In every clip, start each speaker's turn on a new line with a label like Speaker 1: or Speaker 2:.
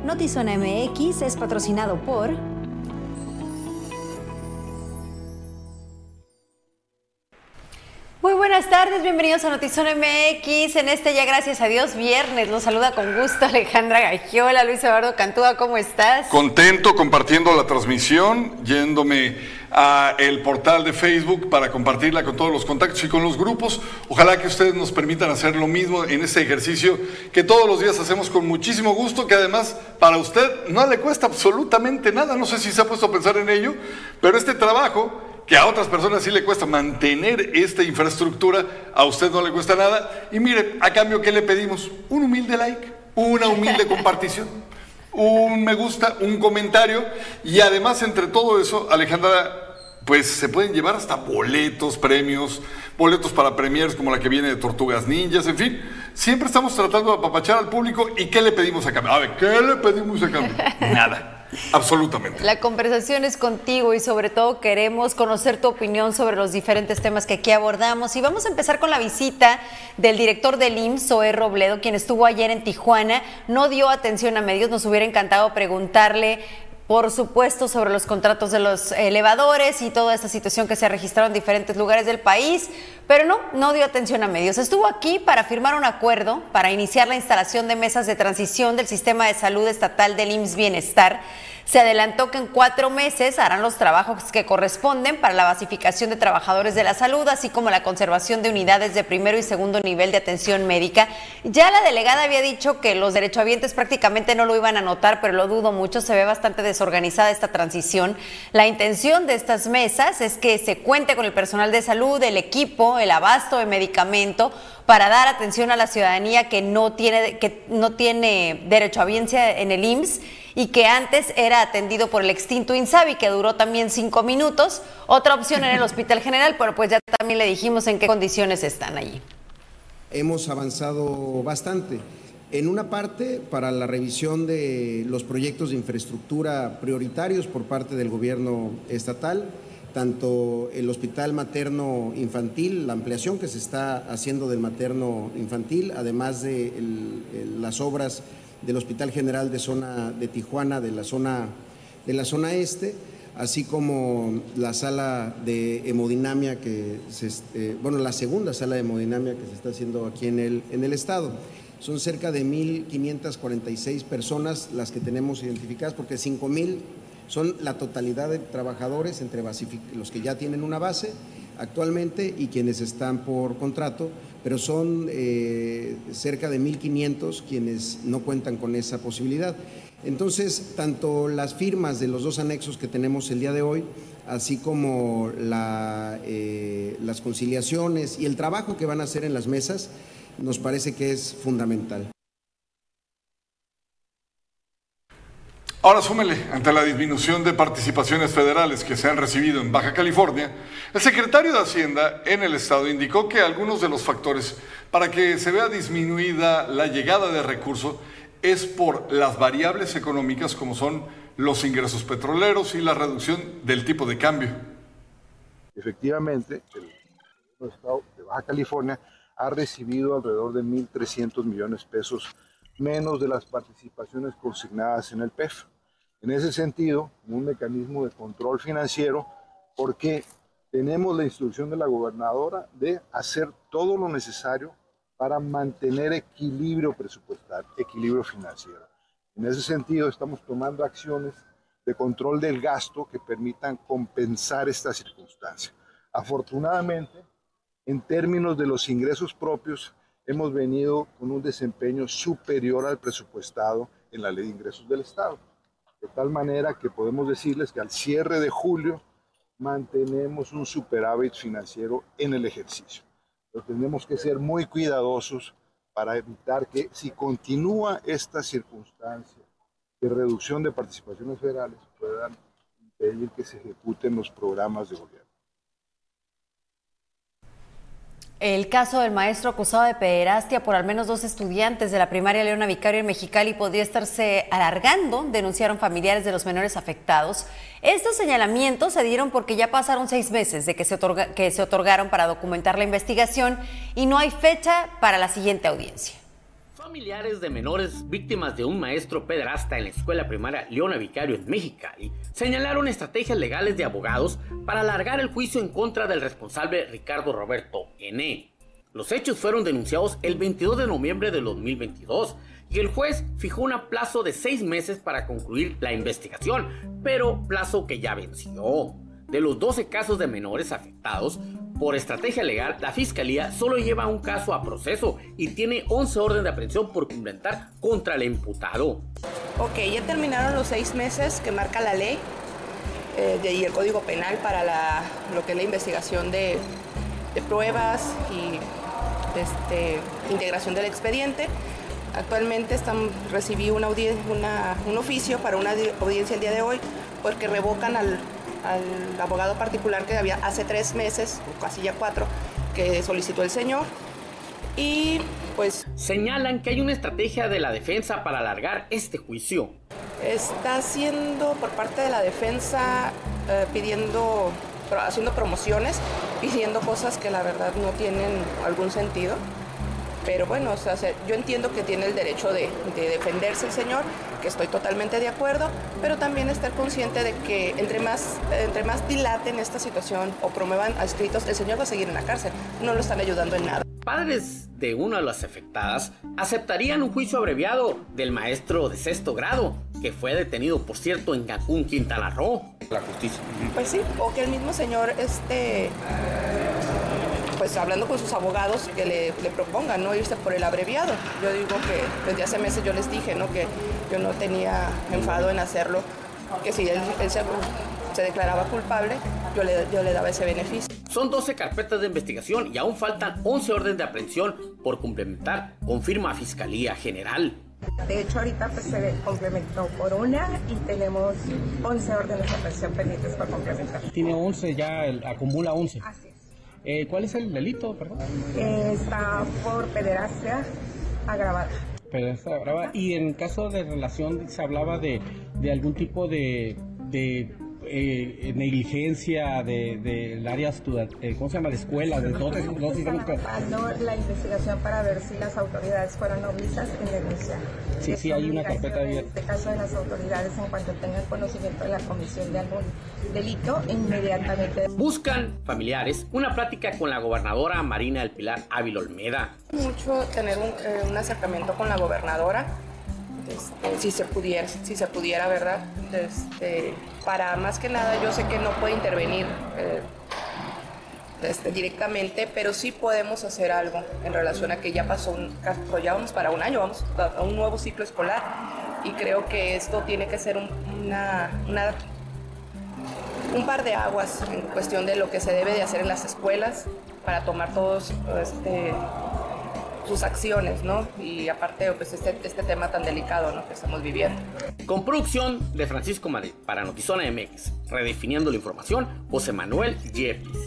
Speaker 1: Notizona MX es patrocinado por... Muy buenas tardes, bienvenidos a Notizona MX. En este ya, gracias a Dios, viernes. Los saluda con gusto Alejandra Gagiola. Luis Eduardo Cantúa, ¿cómo estás?
Speaker 2: Contento compartiendo la transmisión, yéndome a el portal de Facebook para compartirla con todos los contactos y con los grupos. Ojalá que ustedes nos permitan hacer lo mismo en este ejercicio que todos los días hacemos con muchísimo gusto, que además para usted no le cuesta absolutamente nada. No sé si se ha puesto a pensar en ello, pero este trabajo, que a otras personas sí le cuesta mantener esta infraestructura, a usted no le cuesta nada. Y mire, a cambio, ¿qué le pedimos? Un humilde like, una humilde compartición, un me gusta, un comentario. Y además, entre todo eso, Alejandra, pues se pueden llevar hasta boletos, premios, boletos para premiers como la que viene de Tortugas Ninjas, en fin. Siempre estamos tratando de apapachar al público. ¿Y qué le pedimos a cambio? A ver, ¿qué le pedimos a cambio? Nada. Absolutamente.
Speaker 1: La conversación es contigo y sobre todo queremos conocer tu opinión sobre los diferentes temas que aquí abordamos. Y vamos a empezar con la visita del director del IMSS, Zoé Robledo, quien estuvo ayer en Tijuana. No dio atención a medios, nos hubiera encantado preguntarle, por supuesto, sobre los contratos de los elevadores y toda esta situación que se ha registrado en diferentes lugares del país, pero no dio atención a medios. Estuvo aquí para firmar un acuerdo para iniciar la instalación de mesas de transición del sistema de salud estatal del IMSS Bienestar. Se adelantó que en 4 meses harán los trabajos que corresponden para la basificación de trabajadores de la salud, así como la conservación de unidades de primero y segundo nivel de atención médica. Ya la delegada había dicho que los derechohabientes prácticamente no lo iban a notar, pero lo dudo mucho, se ve bastante desorganizada esta transición. La intención de estas mesas es que se cuente con el personal de salud, el equipo, el abasto de medicamento, para dar atención a la ciudadanía que no tiene derechohabiencia en el IMSS y que antes era atendido por el extinto INSABI, que duró también 5 minutos. Otra opción era el Hospital General, pero pues ya también le dijimos en qué condiciones están allí.
Speaker 3: Hemos avanzado bastante. En una parte, para la revisión de los proyectos de infraestructura prioritarios por parte del gobierno estatal, tanto el Hospital Materno Infantil, la ampliación que se está haciendo del materno infantil, además de las obras del Hospital General de Tijuana, de la zona este, así como la sala de hemodinamia la segunda sala de hemodinamia que se está haciendo aquí en el estado. Son cerca de 1,546 personas las que tenemos identificadas, porque 5,000 son la totalidad de trabajadores entre los que ya tienen una base actualmente y quienes están por contrato, pero son cerca de 1,500 quienes no cuentan con esa posibilidad. Entonces, tanto las firmas de los 2 anexos que tenemos el día de hoy, así como las conciliaciones y el trabajo que van a hacer en las mesas, nos parece que es fundamental.
Speaker 2: Ahora súmele, ante la disminución de participaciones federales que se han recibido en Baja California, el secretario de Hacienda en el estado indicó que algunos de los factores para que se vea disminuida la llegada de recursos es por las variables económicas como son los ingresos petroleros y la reducción del tipo de cambio.
Speaker 4: Efectivamente, el estado de Baja California ha recibido alrededor de 1,300 millones de pesos menos de las participaciones consignadas en el PEF. En ese sentido, un mecanismo de control financiero, porque tenemos la instrucción de la gobernadora de hacer todo lo necesario para mantener equilibrio presupuestal, equilibrio financiero. En ese sentido, estamos tomando acciones de control del gasto que permitan compensar esta circunstancia. Afortunadamente, en términos de los ingresos propios, hemos venido con un desempeño superior al presupuestado en la Ley de Ingresos del Estado. De tal manera que podemos decirles que al cierre de julio mantenemos un superávit financiero en el ejercicio. Pero tenemos que ser muy cuidadosos para evitar que, si continúa esta circunstancia de reducción de participaciones federales, puedan impedir que se ejecuten los programas de gobierno.
Speaker 1: El caso del maestro acusado de pederastia por al menos 2 estudiantes de la primaria Leona Vicario en Mexicali podría estarse alargando, denunciaron familiares de los menores afectados. Estos señalamientos se dieron porque ya pasaron 6 meses de que se otorgaron para documentar la investigación y no hay fecha para la siguiente audiencia.
Speaker 5: Familiares de menores víctimas de un maestro pederasta en la escuela primaria Leona Vicario en Mexicali señalaron estrategias legales de abogados para alargar el juicio en contra del responsable Ricardo Roberto N. Los hechos fueron denunciados el 22 de noviembre de 2022 y el juez fijó un plazo de 6 meses para concluir la investigación, pero plazo que ya venció. De los 12 casos de menores afectados por estrategia legal, la Fiscalía solo lleva un caso a proceso y tiene 11 órdenes de aprehensión por cumplimentar contra el imputado.
Speaker 6: Ok, ya terminaron los 6 meses que marca la ley y el Código Penal para lo que es la investigación de pruebas y integración del expediente. Actualmente recibí un oficio para una audiencia el día de hoy porque revocan al abogado particular que había hace 3 meses, o casi ya 4, que solicitó el señor. Y pues
Speaker 5: señalan que hay una estrategia de la defensa para alargar este juicio.
Speaker 6: Está haciendo por parte de la defensa, haciendo promociones, pidiendo cosas que la verdad no tienen algún sentido. Pero bueno, o sea, yo entiendo que tiene el derecho de defenderse el señor, que estoy totalmente de acuerdo, pero también estar consciente de que entre más dilaten esta situación o promuevan a escritos, el señor va a seguir en la cárcel. No lo están ayudando en nada.
Speaker 5: Padres de una de las afectadas aceptarían un juicio abreviado del maestro de 6º grado, que fue detenido, por cierto, en Cancún, Quintana Roo. La justicia.
Speaker 6: Pues sí, o que el mismo señor pues hablando con sus abogados que le propongan no irse por el abreviado. Yo digo que desde hace meses yo les dije, ¿no?, que yo no tenía enfado en hacerlo, que si él se declaraba culpable, yo le daba ese beneficio.
Speaker 5: Son 12 carpetas de investigación y aún faltan 11 órdenes de aprehensión por complementar, confirma Fiscalía General.
Speaker 7: De hecho, ahorita pues, se complementó por una y tenemos 11 órdenes de aprehensión pendientes por complementar.
Speaker 8: Tiene 11, ya acumula 11.
Speaker 7: Así es.
Speaker 8: ¿Cuál es el delito, perdón?
Speaker 7: Está por pederastia agravada.
Speaker 8: Pederastia agravada. Y en caso de relación se hablaba de algún tipo de negligencia del área, ¿cómo se llama? De escuela, de todo.
Speaker 7: La investigación para ver si las autoridades fueron omisas en denunciar.
Speaker 8: Sí, hay una carpeta abierta.
Speaker 7: En este caso de las autoridades, en cuanto tengan conocimiento de la comisión de algún delito, inmediatamente.
Speaker 5: Buscan familiares una plática con la gobernadora Marina del Pilar Ávila Olmeda.
Speaker 6: Mucho tener un acercamiento con la gobernadora. Si se pudiera, ¿verdad? Para más que nada, yo sé que no puede intervenir directamente, pero sí podemos hacer algo en relación a que ya ya vamos para un año, vamos a un nuevo ciclo escolar, y creo que esto tiene que ser un par de aguas en cuestión de lo que se debe de hacer en las escuelas para tomar todos sus acciones, ¿no? Y aparte, pues este tema tan delicado, ¿no?, que estamos viviendo.
Speaker 5: Con producción de Francisco Madrid para Notizona MX, redefiniendo la información, José Manuel Yepis.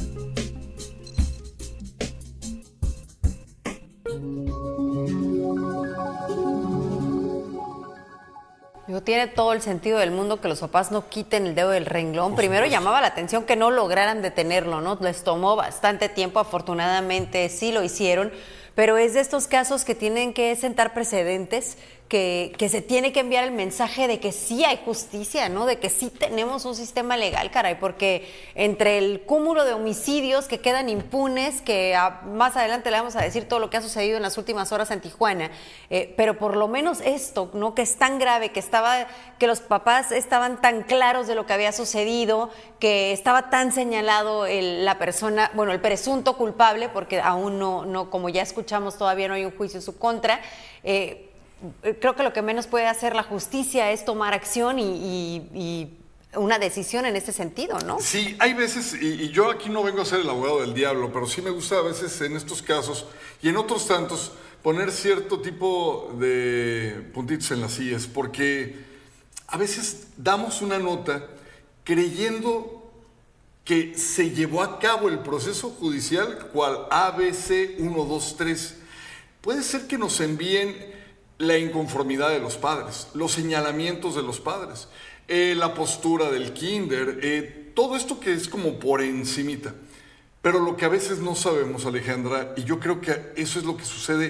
Speaker 1: Tiene todo el sentido del mundo que los papás no quiten el dedo del renglón. Primero llamaba la atención que no lograran detenerlo, ¿no? Les tomó bastante tiempo, afortunadamente sí lo hicieron, pero es de estos casos que tienen que sentar precedentes, que se tiene que enviar el mensaje de que sí hay justicia, ¿no? De que sí tenemos un sistema legal, caray, porque entre el cúmulo de homicidios que quedan impunes, que más adelante le vamos a decir todo lo que ha sucedido en las últimas horas en Tijuana, pero por lo menos esto, ¿no?, que es tan grave, que los papás estaban tan claros de lo que había sucedido, que estaba tan señalado la persona, bueno, el presunto culpable, porque aún no, como ya escuchamos, todavía no hay un juicio en su contra. Creo que lo que menos puede hacer la justicia es tomar acción y una decisión en ese sentido, ¿no?
Speaker 2: Sí, hay veces, y yo aquí no vengo a ser el abogado del diablo, pero sí me gusta a veces en estos casos y en otros tantos poner cierto tipo de puntitos en las sillas, porque a veces damos una nota creyendo que se llevó a cabo el proceso judicial cual ABC 1, 2, 3. Puede ser que nos envíen la inconformidad de los padres, los señalamientos de los padres, la postura del kinder, todo esto que es como por encimita. Pero lo que a veces no sabemos, Alejandra, y yo creo que eso es lo que sucede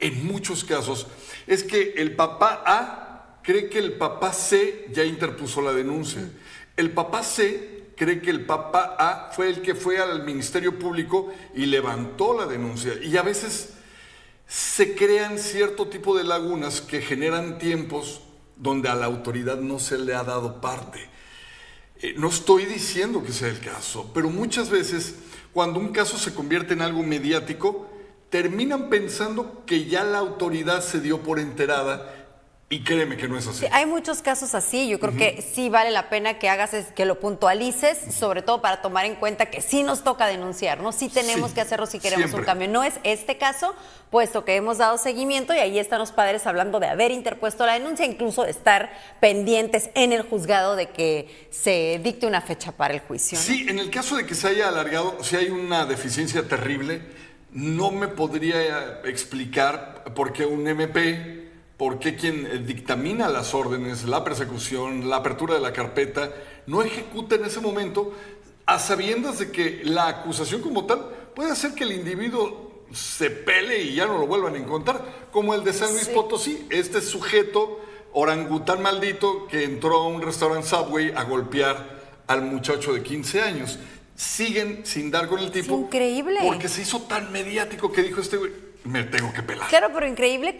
Speaker 2: en muchos casos es que el papá A cree que el papá C ya interpuso la denuncia. El papá C cree que el papá A fue el que fue al Ministerio Público y levantó la denuncia. Y a veces se crean cierto tipo de lagunas que generan tiempos donde a la autoridad no se le ha dado parte. No estoy diciendo que sea el caso, pero muchas veces cuando un caso se convierte en algo mediático, terminan pensando que ya la autoridad se dio por enterada. Y créeme que no es así.
Speaker 1: Sí, hay muchos casos así. Yo creo que sí vale la pena que que lo puntualices, sobre todo para tomar en cuenta que sí nos toca denunciar, ¿no? Sí tenemos que hacerlo si queremos un cambio. No es este caso, puesto que hemos dado seguimiento y ahí están los padres hablando de haber interpuesto la denuncia, incluso de estar pendientes en el juzgado de que se dicte una fecha para el juicio, ¿no?
Speaker 2: Sí, en el caso de que se haya alargado, si hay una deficiencia terrible, no me podría explicar por qué un MP... porque quien dictamina las órdenes, la persecución, la apertura de la carpeta, no ejecuta en ese momento a sabiendas de que la acusación como tal puede hacer que el individuo se pele y ya no lo vuelvan a encontrar, como el de San Luis Potosí, este sujeto orangután maldito que entró a un restaurante Subway a golpear al muchacho de 15 años. Siguen sin dar con el tipo.
Speaker 1: Es increíble.
Speaker 2: Porque se hizo tan mediático que dijo este güey, me tengo que pelar.
Speaker 1: Claro, pero increíble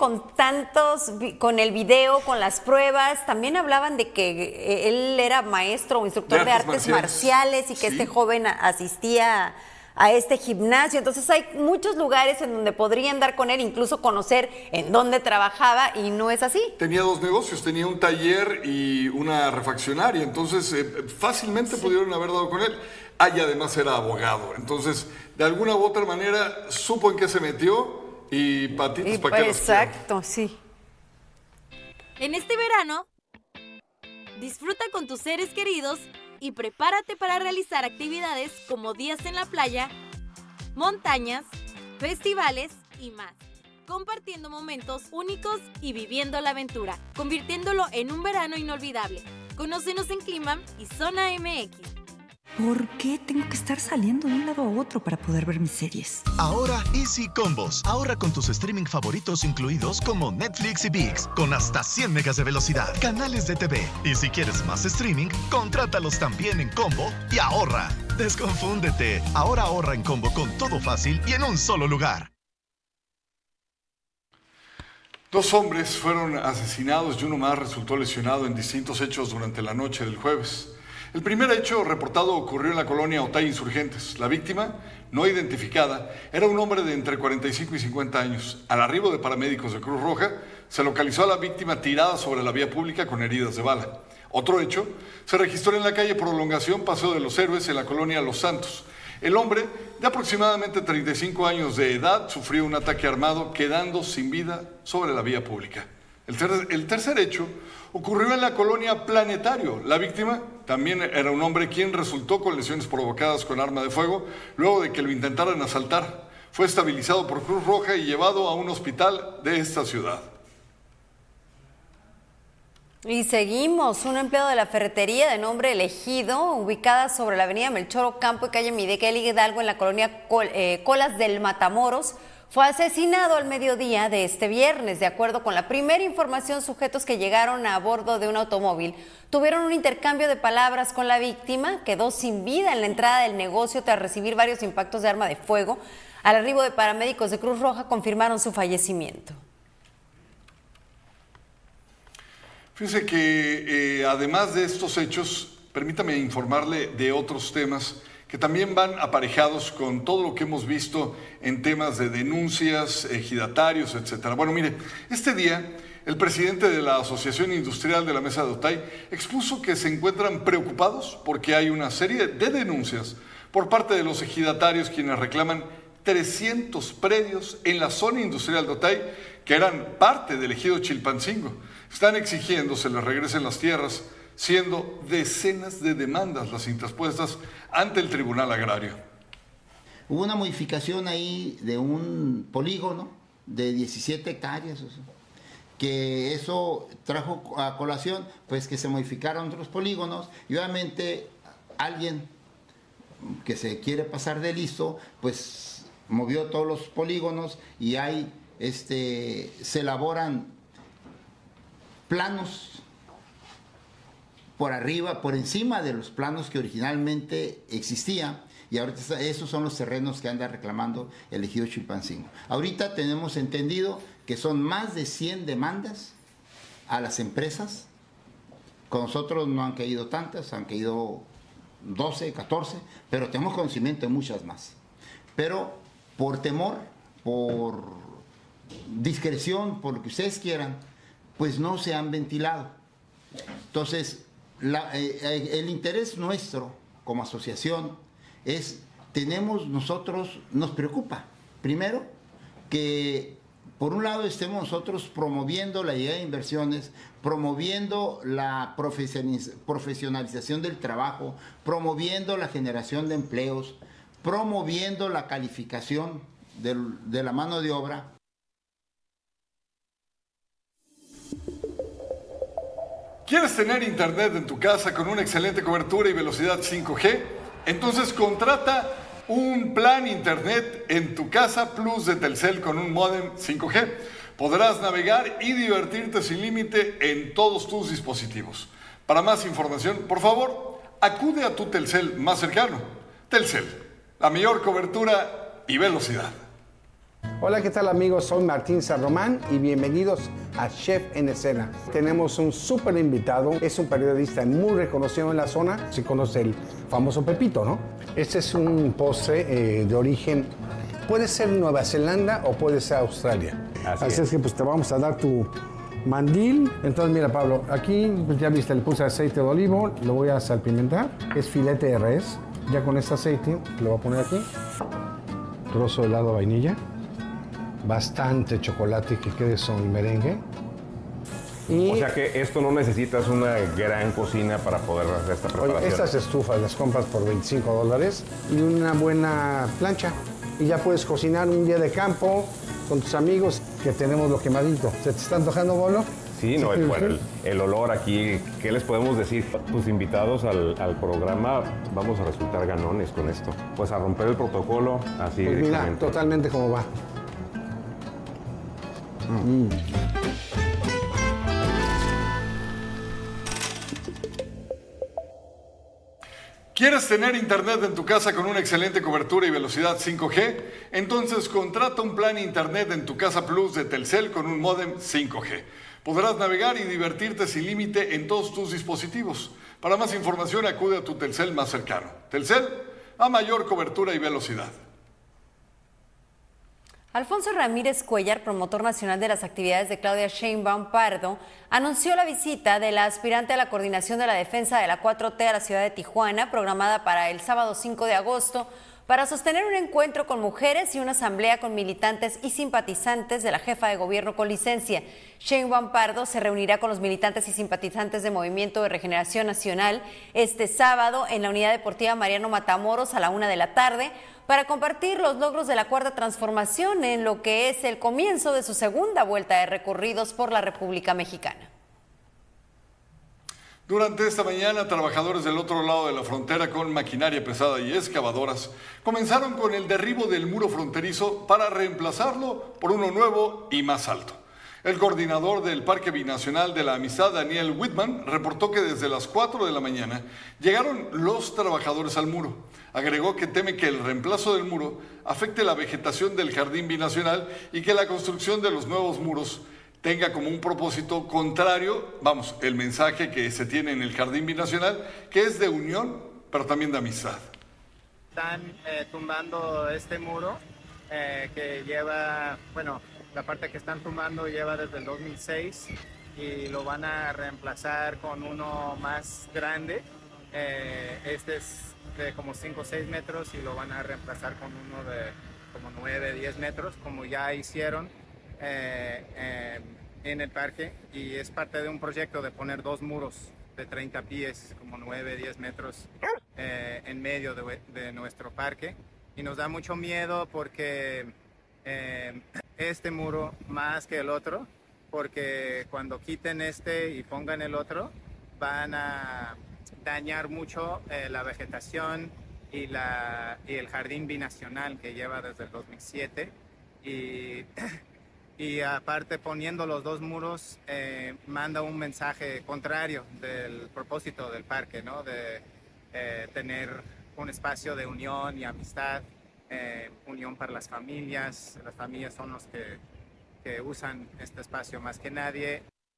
Speaker 1: con el video, con las pruebas. También hablaban de que él era maestro o instructor de artes marciales y que este joven asistía a este gimnasio. Entonces hay muchos lugares en donde podrían dar con él, incluso conocer en dónde trabajaba, y no es así.
Speaker 2: Tenía dos negocios, tenía un taller y una refaccionaria, entonces fácilmente pudieron haber dado con él. Y además era abogado. Entonces, de alguna u otra manera, supo en qué se metió. Y patitas para que
Speaker 1: exacto, sí.
Speaker 9: En este verano, disfruta con tus seres queridos y prepárate para realizar actividades como días en la playa, montañas, festivales y más, compartiendo momentos únicos y viviendo la aventura, convirtiéndolo en un verano inolvidable. Conócenos en Clima y Zona MX.
Speaker 10: ¿Por qué tengo que estar saliendo de un lado a otro para poder ver mis series?
Speaker 11: Ahora Easy Combos. Ahorra con tus streaming favoritos incluidos como Netflix y ViX, con hasta 100 megas de velocidad, canales de TV. Y si quieres más streaming, contrátalos también en combo y ahorra. Desconfúndete. Ahora ahorra en combo con todo fácil y en un solo lugar.
Speaker 2: 2 hombres fueron asesinados y uno más resultó lesionado en distintos hechos durante la noche del jueves. El primer hecho reportado ocurrió en la colonia Otay Insurgentes. La víctima, no identificada, era un hombre de entre 45 y 50 años. Al arribo de paramédicos de Cruz Roja, se localizó a la víctima tirada sobre la vía pública con heridas de bala. Otro hecho se registró en la calle Prolongación, Paseo de los Héroes, en la colonia Los Santos. El hombre, de aproximadamente 35 años de edad, sufrió un ataque armado, quedando sin vida sobre la vía pública. El tercer hecho ocurrió en la colonia Planetario. La víctima también era un hombre quien resultó con lesiones provocadas con arma de fuego luego de que lo intentaran asaltar. Fue estabilizado por Cruz Roja y llevado a un hospital de esta ciudad.
Speaker 1: Y seguimos. Un empleado de la ferretería de nombre Elegido, ubicada sobre la avenida Melchor Ocampo y calle Miguel Hidalgo en la colonia Colas del Matamoros, fue asesinado al mediodía de este viernes. De acuerdo con la primera información, sujetos que llegaron a bordo de un automóvil tuvieron un intercambio de palabras con la víctima. Quedó sin vida en la entrada del negocio tras recibir varios impactos de arma de fuego. Al arribo de paramédicos de Cruz Roja confirmaron su fallecimiento.
Speaker 2: Fíjese que además de estos hechos, permítame informarle de otros temas que también van aparejados con todo lo que hemos visto en temas de denuncias, ejidatarios, etcétera. Bueno, mire, este día el presidente de la Asociación Industrial de la Mesa de Otay expuso que se encuentran preocupados porque hay una serie de denuncias por parte de los ejidatarios quienes reclaman 300 predios en la zona industrial de Otay que eran parte del ejido Chilpancingo. Están exigiendo se les regresen las tierras, siendo decenas de demandas las interpuestas ante el Tribunal Agrario.
Speaker 12: Hubo una modificación ahí de un polígono de 17 hectáreas, o sea, que eso trajo a colación pues que se modificaron otros polígonos y obviamente alguien que se quiere pasar de listo pues movió todos los polígonos y hay se elaboran planos por arriba, por encima de los planos que originalmente existían, y ahorita esos son los terrenos que anda reclamando el ejido Chilpancingo. Ahorita tenemos entendido que son más de 100 demandas a las empresas. Con nosotros no han caído tantas, han caído 12, 14, pero tenemos conocimiento de muchas más. Pero por temor, por discreción, por lo que ustedes quieran, pues no se han ventilado. Entonces, el interés nuestro como asociación nos preocupa, primero, que por un lado estemos nosotros promoviendo la llegada de inversiones, promoviendo la profesionalización del trabajo, promoviendo la generación de empleos, promoviendo la calificación de la mano de obra.
Speaker 2: ¿Quieres tener internet en tu casa con una excelente cobertura y velocidad 5G? Entonces contrata un plan internet en tu casa Plus de Telcel con un módem 5G. Podrás navegar y divertirte sin límite en todos tus dispositivos. Para más información, por favor, acude a tu Telcel más cercano. Telcel, la mayor cobertura y velocidad.
Speaker 13: Hola, ¿qué tal amigos? Soy Martín Sarromán y bienvenidos a Chef en Escena. Tenemos un súper invitado, es un periodista muy reconocido en la zona. Se conoce el famoso Pepito, ¿no? Este es un postre de origen, puede ser Nueva Zelanda o puede ser Australia. Así es que pues te vamos a dar tu mandil. Entonces mira Pablo, aquí pues, ya viste, le puse aceite de olivo, lo voy a salpimentar. Es filete de res, ya con este aceite lo voy a poner aquí. Trozo de helado de vainilla. Bastante chocolate que quede son merengue. Y
Speaker 14: o sea que esto no necesitas una gran cocina para poder hacer esta preparación.
Speaker 13: Oye, estas estufas las compras por $25 y una buena plancha. Y ya puedes cocinar un día de campo con tus amigos, que tenemos lo quemadito. ¿Se te está antojando, Bolo?
Speaker 14: Sí, no, el olor aquí, ¿qué les podemos decir? Tus invitados al programa vamos a resultar ganones con esto. Pues a romper el protocolo así
Speaker 13: pues
Speaker 14: directamente.
Speaker 13: Mira, totalmente como va.
Speaker 2: ¿Quieres tener internet en tu casa con una excelente cobertura y velocidad 5G? Entonces contrata un plan internet en tu casa Plus de Telcel con un módem 5G. Podrás navegar y divertirte sin límite en todos tus dispositivos. Para más información acude a tu Telcel más cercano. Telcel, a mayor cobertura y velocidad.
Speaker 1: Alfonso Ramírez Cuellar, promotor nacional de las actividades de Claudia Sheinbaum Pardo, anunció la visita de la aspirante a la coordinación de la defensa de la 4T a la ciudad de Tijuana, programada para el sábado 5 de agosto, para sostener un encuentro con mujeres y una asamblea con militantes y simpatizantes de la jefa de gobierno con licencia. Sheinbaum Pardo se reunirá con los militantes y simpatizantes de Movimiento de Regeneración Nacional este sábado en la Unidad Deportiva Mariano Matamoros a la 1 de la tarde, para compartir los logros de la Cuarta Transformación en lo que es el comienzo de su segunda vuelta de recorridos por la República Mexicana.
Speaker 2: Durante esta mañana, trabajadores del otro lado de la frontera con maquinaria pesada y excavadoras comenzaron con el derribo del muro fronterizo para reemplazarlo por uno nuevo y más alto. El coordinador del Parque Binacional de la Amistad, Daniel Whitman, reportó que desde las 4 de la mañana llegaron los trabajadores al muro. Agregó que teme que el reemplazo del muro afecte la vegetación del Jardín Binacional y que la construcción de los nuevos muros tenga como un propósito contrario, el mensaje que se tiene en el Jardín Binacional, que es de unión, pero también de amistad.
Speaker 15: Están tumbando este muro que lleva, la parte que están tumbando lleva desde el 2006 y lo van a reemplazar con uno más grande. Este es de como 5 o 6 metros y lo van a reemplazar con uno de como 9, 10 metros, como ya hicieron en el parque, y es parte de un proyecto de poner 2 muros de 30 pies, como 9, 10 metros en medio de nuestro parque, y nos da mucho miedo porque este muro más que el otro, porque cuando quiten este y pongan el otro van a dañar mucho la vegetación y el jardín binacional que lleva desde el 2007, y y aparte poniendo los dos muros manda un mensaje contrario del propósito del parque, ¿no? De tener un espacio de unión y amistad, unión para las familias son los que usan este espacio más que nadie.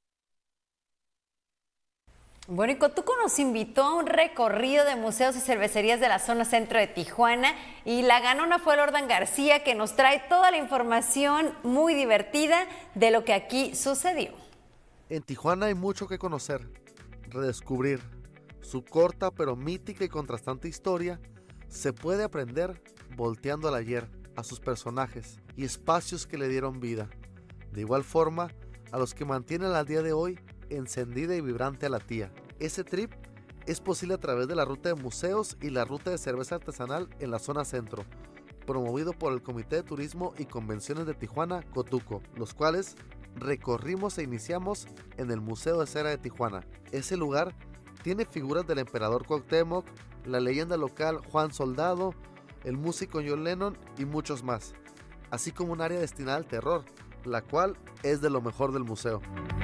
Speaker 1: Bueno, y Cotuco nos invitó a un recorrido de museos y cervecerías de la zona centro de Tijuana y la ganona fue Lordan García, que nos trae toda la información muy divertida de lo que aquí sucedió.
Speaker 16: En Tijuana hay mucho que conocer, redescubrir. Su corta pero mítica y contrastante historia se puede aprender volteando al ayer, a sus personajes y espacios que le dieron vida. De igual forma, a los que mantienen al día de hoy encendida y vibrante a la tía. Ese trip es posible a través de la ruta de museos y la ruta de cerveza artesanal en la zona centro, promovido por el Comité de Turismo y Convenciones de Tijuana, Cotuco, los cuales recorrimos e iniciamos en el Museo de Cera de Tijuana. Ese lugar tiene figuras del emperador Cuauhtémoc, la leyenda local Juan Soldado, el músico John Lennon y muchos más, así como un área destinada al terror, la cual es de lo mejor del museo.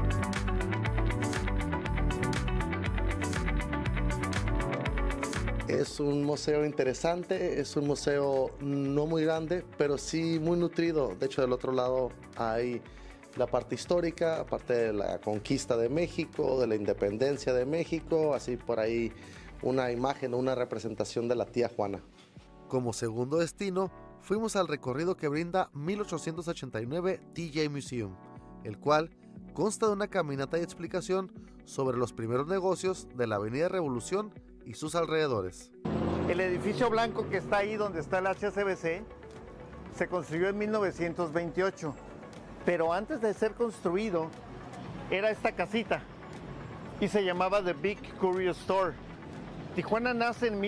Speaker 16: Es un museo interesante, es un museo no muy grande, pero sí muy nutrido. De hecho, del otro lado hay la parte histórica, aparte de la conquista de México, de la independencia de México, así por ahí una imagen, una representación de la tía Juana. Como segundo destino, fuimos al recorrido que brinda 1889 TJ Museum, el cual consta de una caminata y explicación sobre los primeros negocios de la Avenida Revolución y sus alrededores.
Speaker 17: El edificio blanco que está ahí donde está el HSBC se construyó en 1928, pero antes de ser construido era esta casita y se llamaba The Big Curious Store. Tijuana nace en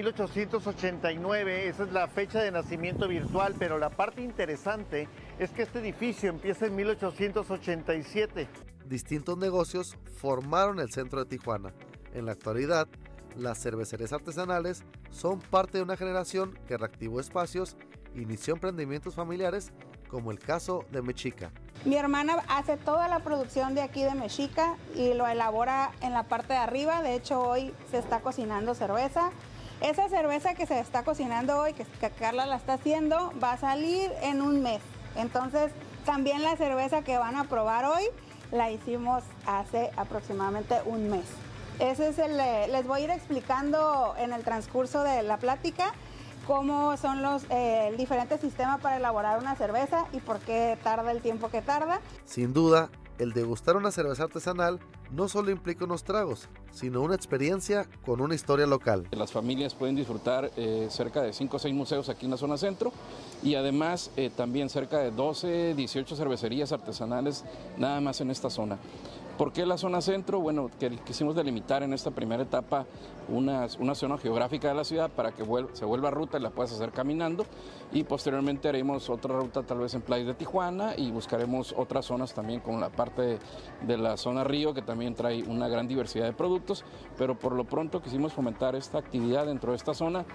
Speaker 17: 1889, esa es la fecha de nacimiento virtual, pero la parte interesante es que este edificio empieza en 1887.
Speaker 16: Distintos negocios formaron el centro de Tijuana. En la actualidad, las cervecerías artesanales son parte de una generación que reactivó espacios e inició emprendimientos familiares, como el caso de Mexica.
Speaker 18: Mi hermana hace toda la producción de aquí de Mexica y lo elabora en la parte de arriba. De hecho, hoy se está cocinando cerveza. Esa cerveza que se está cocinando hoy, que Carla la está haciendo, va a salir en un mes. Entonces, también la cerveza que van a probar hoy la hicimos hace aproximadamente un mes. Ese es les voy a ir explicando en el transcurso de la plática cómo son los diferentes sistemas para elaborar una cerveza y por qué tarda el tiempo que tarda.
Speaker 16: Sin duda, el degustar una cerveza artesanal no solo implica unos tragos, sino una experiencia con una historia local.
Speaker 19: Las familias pueden disfrutar cerca de 5 o 6 museos aquí en la zona centro y además también cerca de 12, 18 cervecerías artesanales nada más en esta zona. ¿Por qué la zona centro? Bueno, quisimos delimitar en esta primera etapa una zona geográfica de la ciudad para que se vuelva ruta y la puedas hacer caminando, y posteriormente haremos otra ruta tal vez en playas de Tijuana y buscaremos otras zonas también con la parte de la zona río, que también trae una gran diversidad de productos, pero por lo pronto quisimos fomentar esta actividad dentro de esta zona.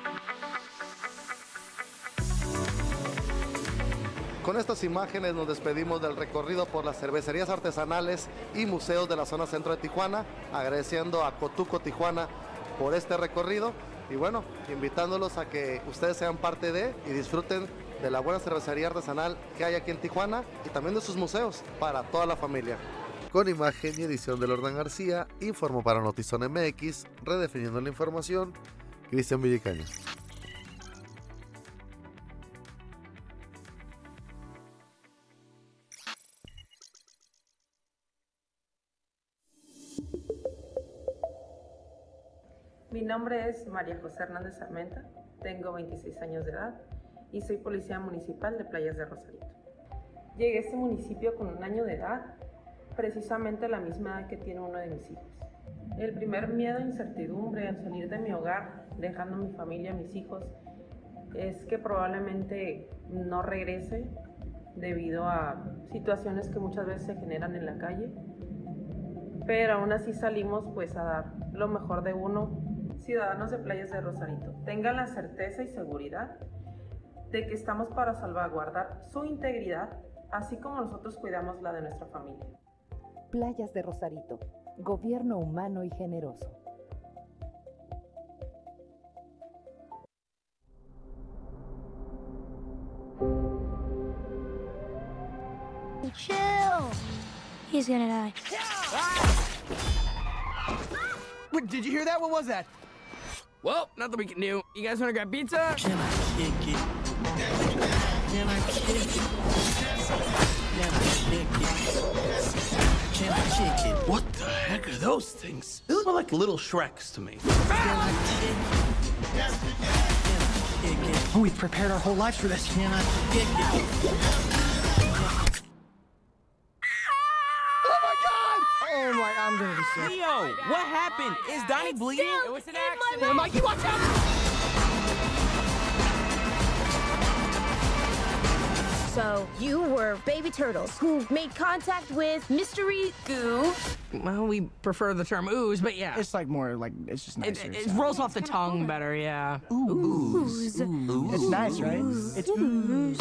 Speaker 16: Con estas imágenes nos despedimos del recorrido por las cervecerías artesanales y museos de la zona centro de Tijuana, agradeciendo a Cotuco Tijuana por este recorrido y bueno, invitándolos a que ustedes sean parte de y disfruten de la buena cervecería artesanal que hay aquí en Tijuana y también de sus museos para toda la familia. Con imagen y edición de Lordan García, informó para Notizón MX, redefiniendo la información, Cristian Villicaña.
Speaker 20: Mi nombre es María José Hernández Armenta, tengo 26 años de edad y soy policía municipal de Playas de Rosarito. Llegué a este municipio con 1 año de edad, precisamente la misma edad que tiene uno de mis hijos. El primer miedo e incertidumbre al salir de mi hogar, dejando a mi familia, a mis hijos, es que probablemente no regrese debido a situaciones que muchas veces se generan en la calle, pero aún así salimos pues a dar lo mejor de uno. Ciudadanos de Playas de Rosarito, tengan la certeza y seguridad de que estamos para salvaguardar su integridad así como nosotros cuidamos la de nuestra familia.
Speaker 21: Playas de Rosarito, gobierno humano y generoso.
Speaker 22: Chill. He's gonna die.
Speaker 23: Wait, did you hear that? What was that? Well, nothing we can do. You guys want to grab pizza?
Speaker 24: Can I kick it? Can I kick it? Can I kick it? Can I kick it? What the heck are those things? They look more like little Shreks to me. Can I kick it? Can I kick it?
Speaker 23: Oh, we've prepared our whole lives for this.
Speaker 24: Can I kick it?
Speaker 23: Oh my, I'm gonna be sick.
Speaker 24: Leo, what happened? Is Donnie bleeding?
Speaker 23: It was an accident. Mikey, watch out!
Speaker 22: So, you were baby turtles who made contact with mystery goo.
Speaker 23: Well, we prefer the term ooze, but yeah. It's like more like, it's just nicer. It rolls off the tongue better, yeah.
Speaker 22: Ooze.
Speaker 23: It's nice, right? It's ooze.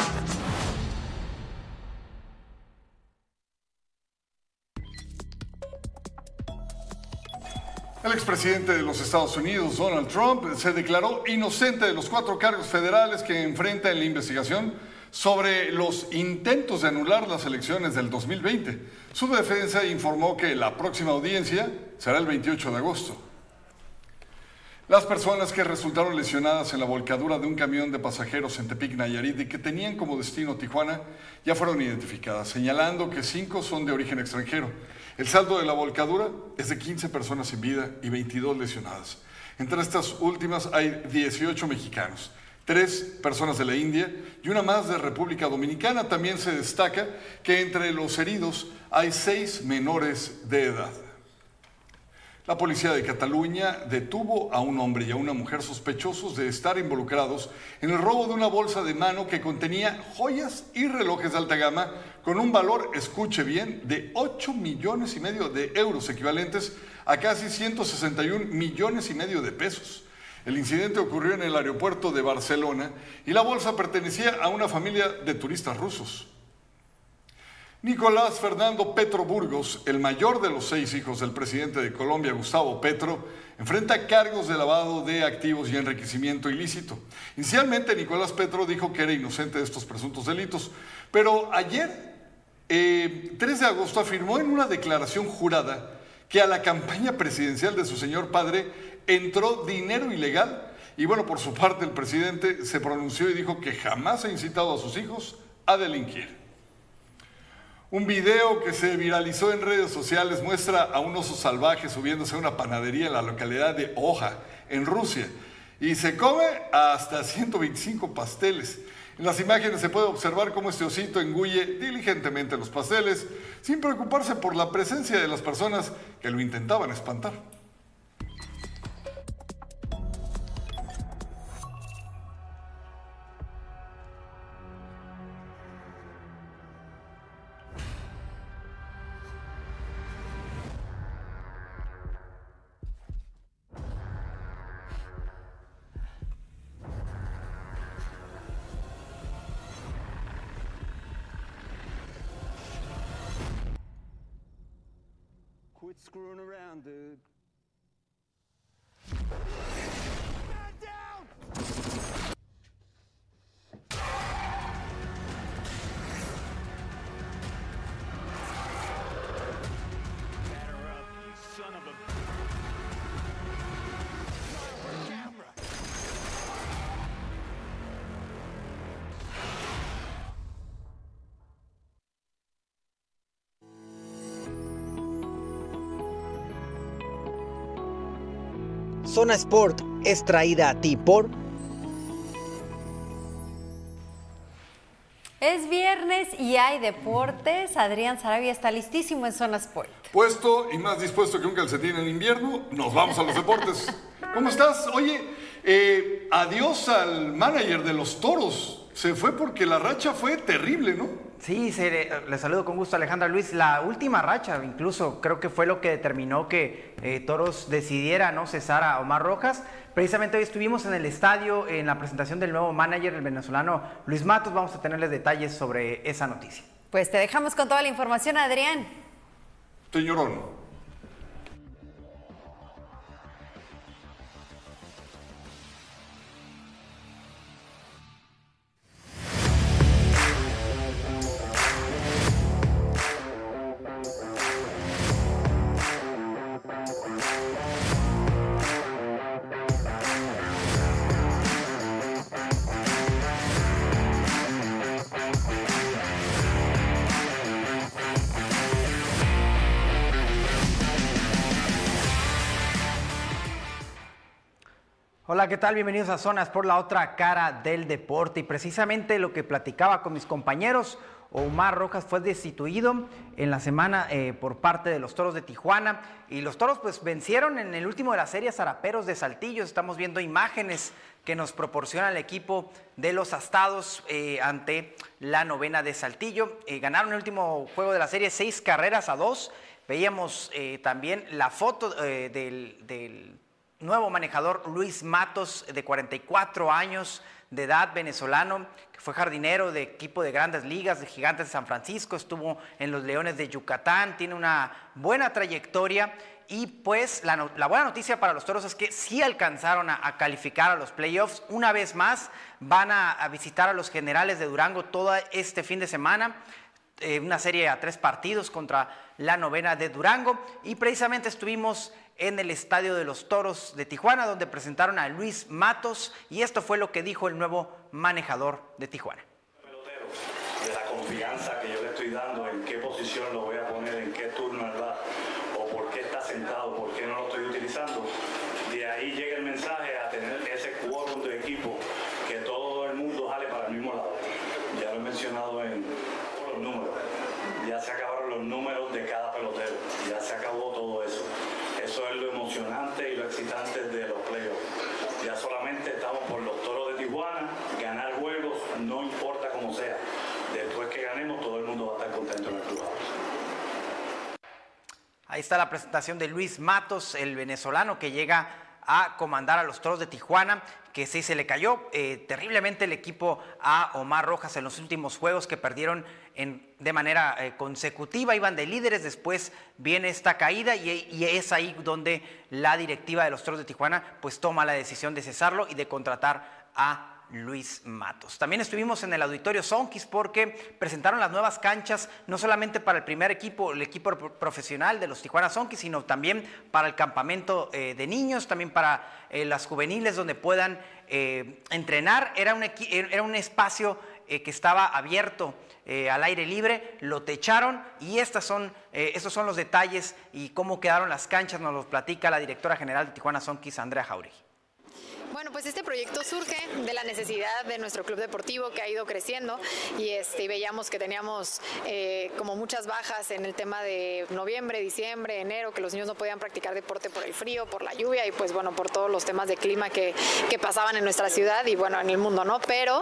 Speaker 2: El expresidente de los Estados Unidos, Donald Trump, se declaró inocente de los 4 cargos federales que enfrenta en la investigación sobre los intentos de anular las elecciones del 2020. Su defensa informó que la próxima audiencia será el 28 de agosto. Las personas que resultaron lesionadas en la volcadura de un camión de pasajeros en Tepic, Nayarit, y que tenían como destino Tijuana, ya fueron identificadas, señalando que 5 son de origen extranjero. El saldo de la volcadura es de 15 personas sin vida y 22 lesionadas. Entre estas últimas hay 18 mexicanos, 3 personas de la India y una más de República Dominicana. También se destaca que entre los heridos hay 6 menores de edad. La policía de Cataluña detuvo a un hombre y a una mujer sospechosos de estar involucrados en el robo de una bolsa de mano que contenía joyas y relojes de alta gama con un valor, escuche bien, de 8,5 millones de euros, equivalentes a casi 161,5 millones de pesos. El incidente ocurrió en el aeropuerto de Barcelona y la bolsa pertenecía a una familia de turistas rusos. Nicolás Fernando Petro Burgos, el mayor de los 6 hijos del presidente de Colombia, Gustavo Petro, enfrenta cargos de lavado de activos y enriquecimiento ilícito. Inicialmente, Nicolás Petro dijo que era inocente de estos presuntos delitos, pero ayer, 3 de agosto, afirmó en una declaración jurada que a la campaña presidencial de su señor padre entró dinero ilegal. Y bueno, por su parte, el presidente se pronunció y dijo que jamás ha incitado a sus hijos a delinquir. Un video que se viralizó en redes sociales muestra a un oso salvaje subiéndose a una panadería en la localidad de Oja, en Rusia, y se come hasta 125 pasteles. En las imágenes se puede observar cómo este osito engulle diligentemente los pasteles, sin preocuparse por la presencia de las personas que lo intentaban espantar.
Speaker 23: Quit screwing around, dude. Man down! Batter up, you son of a... Camera!
Speaker 25: Zona Sport es traída a ti por...
Speaker 1: Es viernes y hay deportes. Adrián Sarabia está listísimo en Zona Sport.
Speaker 2: Puesto y más dispuesto que un calcetín en invierno, nos vamos a los deportes. ¿Cómo estás? Oye, adiós al manager de los Toros. Se fue porque la racha fue terrible, ¿no?
Speaker 26: Sí, le saludo con gusto a Alejandra Luis. La última racha, incluso, creo que fue lo que determinó que Toros decidiera no cesar a Omar Rojas. Precisamente hoy estuvimos en el estadio en la presentación del nuevo manager, el venezolano Luis Matos. Vamos a tenerles detalles sobre esa noticia.
Speaker 1: Pues te dejamos con toda la información, Adrián.
Speaker 2: Señorón.
Speaker 26: Hola, ¿qué tal? Bienvenidos a Zona Sport, la otra cara del deporte. Y precisamente lo que platicaba con mis compañeros, Omar Rojas fue destituido en la semana por parte de los Toros de Tijuana. Y los Toros pues vencieron en el último de la serie a Zaraperos de Saltillo. Estamos viendo imágenes que nos proporciona el equipo de los Astados ante la Novena de Saltillo. Ganaron el último juego de la serie 6-2. Veíamos también la foto del nuevo manejador Luis Matos, de 44 años de edad, venezolano, que fue jardinero de equipo de Grandes Ligas, de Gigantes de San Francisco, estuvo en los Leones de Yucatán, tiene una buena trayectoria. Y pues la buena noticia para los Toros es que sí alcanzaron a calificar a los playoffs. Una vez más van a visitar a los Generales de Durango todo este fin de semana. Una serie a 3 partidos contra la Novena de Durango. Y precisamente estuvimos en el Estadio de los Toros de Tijuana, donde presentaron a Luis Matos, y esto fue lo que dijo el nuevo manejador de Tijuana.
Speaker 3: De la confianza que yo le estoy dando, en qué posición lo voy a poner, en qué turno va, o por qué está sentado, por qué no lo estoy utilizando. De ahí llega el mensaje a tener ese quórum de equipo, que todo el mundo jale para el mismo lado. Ya lo he mencionado en los números, ya se acabaron los números de cada pelotero, ya se acabó todo eso. Eso es lo emocionante y lo excitante de los playoffs. Ya solamente estamos por los Toros de Tijuana, ganar juegos, no importa cómo sea. Después que ganemos, todo el mundo va a estar contento en el club.
Speaker 26: Ahí está la presentación de Luis Matos, el venezolano que llega a comandar a los Toros de Tijuana, que sí se le cayó terriblemente el equipo a Omar Rojas en los últimos juegos, que perdieron de manera consecutiva, iban de líderes, después viene esta caída y es ahí donde la directiva de los Toros de Tijuana pues toma la decisión de cesarlo y de contratar a Luis Matos. También estuvimos en el Auditorio Zonkis porque presentaron las nuevas canchas, no solamente para el primer equipo, el equipo profesional de los Tijuana Zonkis, sino también para el campamento de niños, también para las juveniles donde puedan entrenar. Era un espacio que estaba abierto al aire libre, lo techaron y estos son los detalles y cómo quedaron las canchas, nos los platica la directora general de Tijuana Zonkis, Andrea Jauregui.
Speaker 4: Bueno, pues este proyecto surge de la necesidad de nuestro club deportivo que ha ido creciendo y veíamos que teníamos como muchas bajas en el tema de noviembre, diciembre, enero, que los niños no podían practicar deporte por el frío, por la lluvia y pues bueno, por todos los temas de clima que pasaban en nuestra ciudad y bueno, en el mundo, ¿no? Pero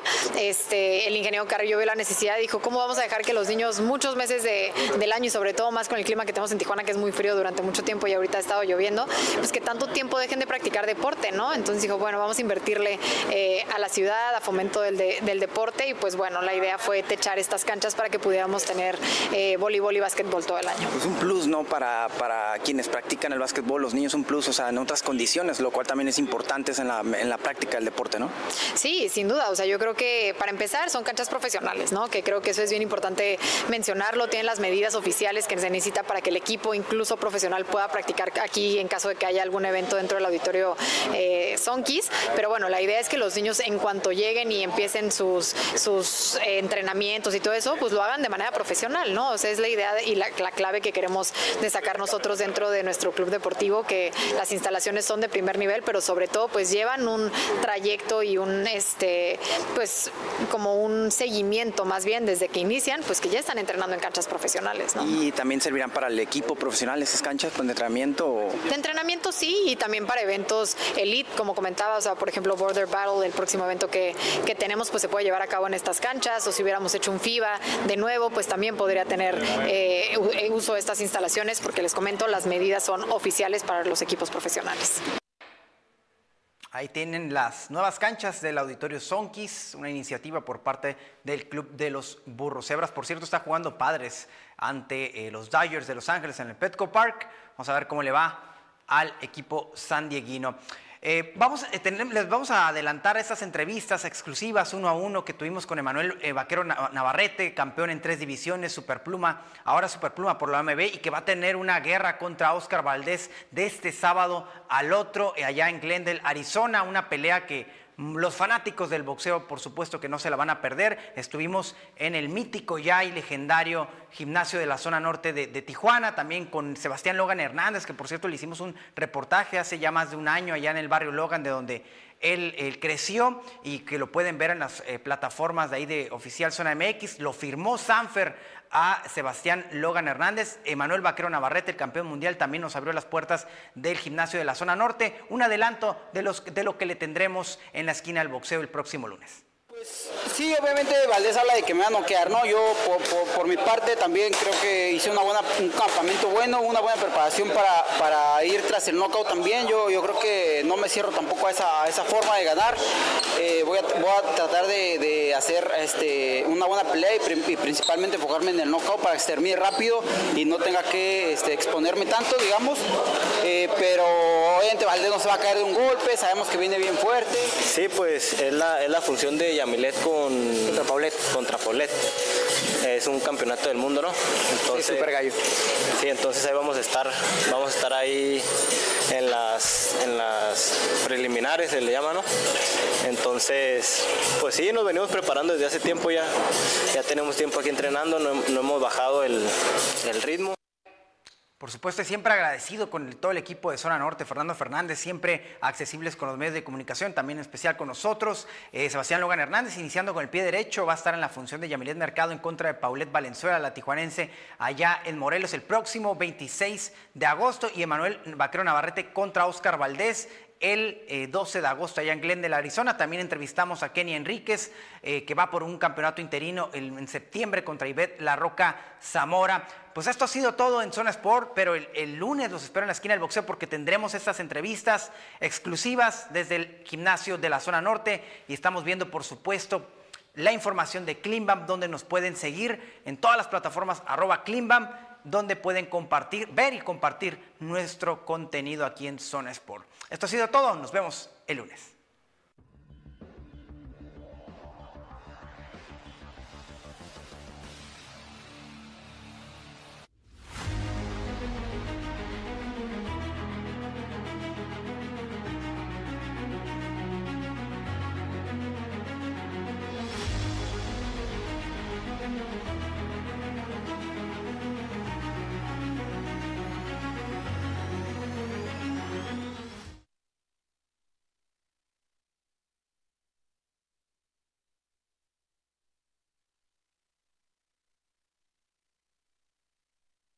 Speaker 4: el ingeniero Carrillo vio la necesidad y dijo, ¿cómo vamos a dejar que los niños muchos meses del año y sobre todo más con el clima que tenemos en Tijuana, que es muy frío durante mucho tiempo y ahorita ha estado lloviendo, pues que tanto tiempo dejen de practicar deporte, ¿no? Entonces dijo, bueno, vamos a invertirle a la ciudad, a fomento del deporte y pues bueno, la idea fue techar estas canchas para que pudiéramos tener voleibol y básquetbol todo el año.
Speaker 5: Es un plus, ¿no? Para quienes practican el básquetbol, los niños un plus, o sea, en otras condiciones, lo cual también es importante en la práctica del deporte, ¿no?
Speaker 4: Sí, sin duda, o sea, yo creo que para empezar son canchas profesionales, ¿no? Que creo que eso es bien importante mencionarlo, tienen las medidas oficiales que se necesita para que el equipo, incluso profesional, pueda practicar aquí en caso de que haya algún evento dentro del auditorio Zonkis. Pero bueno, la idea es que los niños en cuanto lleguen y empiecen sus entrenamientos y todo eso, pues lo hagan de manera profesional, ¿no? O sea, es la idea y la clave que queremos destacar nosotros dentro de nuestro club deportivo, que las instalaciones son de primer nivel, pero sobre todo pues llevan un trayecto y pues como un seguimiento más bien desde que inician, pues que ya están entrenando en canchas profesionales, ¿no?
Speaker 5: ¿Y también servirán para el equipo profesional esas canchas de entrenamiento?
Speaker 4: De entrenamiento sí, y también para eventos elite, como comentaba, o sea, por ejemplo, Border Battle, el próximo evento que tenemos, pues se puede llevar a cabo en estas canchas, o si hubiéramos hecho un FIBA de nuevo, pues también podría tener uso de estas instalaciones, porque les comento, las medidas son oficiales para los equipos profesionales.
Speaker 26: Ahí tienen las nuevas canchas del Auditorio Zonkis, una iniciativa por parte del Club de los Burros Cebras. Por cierto, está jugando Padres ante los Dodgers de Los Ángeles en el Petco Park. Vamos a ver cómo le va al equipo sandieguino. Les vamos a adelantar estas entrevistas exclusivas 1 a 1 que tuvimos con Emanuel Vaquero Navarrete, campeón en 3 divisiones, superpluma, ahora superpluma por la OMB, y que va a tener una guerra contra Oscar Valdés de este sábado al otro allá en Glendale, Arizona, una pelea que los fanáticos del boxeo, por supuesto que no se la van a perder. Estuvimos en el mítico ya y legendario gimnasio de la zona norte de Tijuana, también con Sebastián Logan Hernández, que por cierto le hicimos un reportaje hace ya más de un año allá en el barrio Logan, de donde él creció, y que lo pueden ver en las plataformas de ahí de Oficial Zona MX. Lo firmó Sanfer a Sebastián Logan Hernández. Emanuel Vaquero Navarrete, el campeón mundial, también nos abrió las puertas del gimnasio de la zona norte. Un adelanto de lo que le tendremos en la esquina del boxeo el próximo lunes.
Speaker 6: Sí, obviamente Valdés habla de que me va a noquear, ¿no? Yo por mi parte también creo que hice un campamento bueno, una buena preparación para ir tras el knockout también. Yo creo que no me cierro tampoco a esa forma de ganar. Voy a tratar de hacer una buena pelea y principalmente enfocarme en el knockout para que se termine rápido y no tenga que exponerme tanto, digamos. Pero obviamente Valdés no se va a caer de un golpe, sabemos que viene bien fuerte.
Speaker 7: Sí, pues es la función de Yamilet contra Paulette. Es un campeonato del mundo, ¿no? Entonces,
Speaker 6: sí, super gallo.
Speaker 7: Sí, entonces ahí vamos a estar ahí en las preliminares, se le llama, ¿no? Entonces, pues sí, nos venimos preparando desde hace tiempo ya tenemos tiempo aquí entrenando, no hemos bajado el ritmo.
Speaker 26: Por supuesto, siempre agradecido con todo el equipo de Zona Norte, Fernando Fernández, siempre accesibles con los medios de comunicación, también en especial con nosotros. Sebastián Logan Hernández, iniciando con el pie derecho, va a estar en la función de Yamilet Mercado en contra de Paulette Valenzuela, la tijuanense, allá en Morelos el próximo 26 de agosto. Y Emanuel Vaquero Navarrete contra Oscar Valdés el 12 de agosto allá en Glendale, Arizona. También entrevistamos a Kenny Enríquez, que va por un campeonato interino en septiembre contra Ivette La Roca Zamora. Pues esto ha sido todo en Zona Sport, pero el lunes los espero en la esquina del boxeo, porque tendremos estas entrevistas exclusivas desde el gimnasio de la zona norte, y estamos viendo, por supuesto, la información de Climbam, donde nos pueden seguir en todas las plataformas @Climbam, donde pueden ver y compartir nuestro contenido aquí en Zona Sport. Esto ha sido todo, nos vemos el lunes.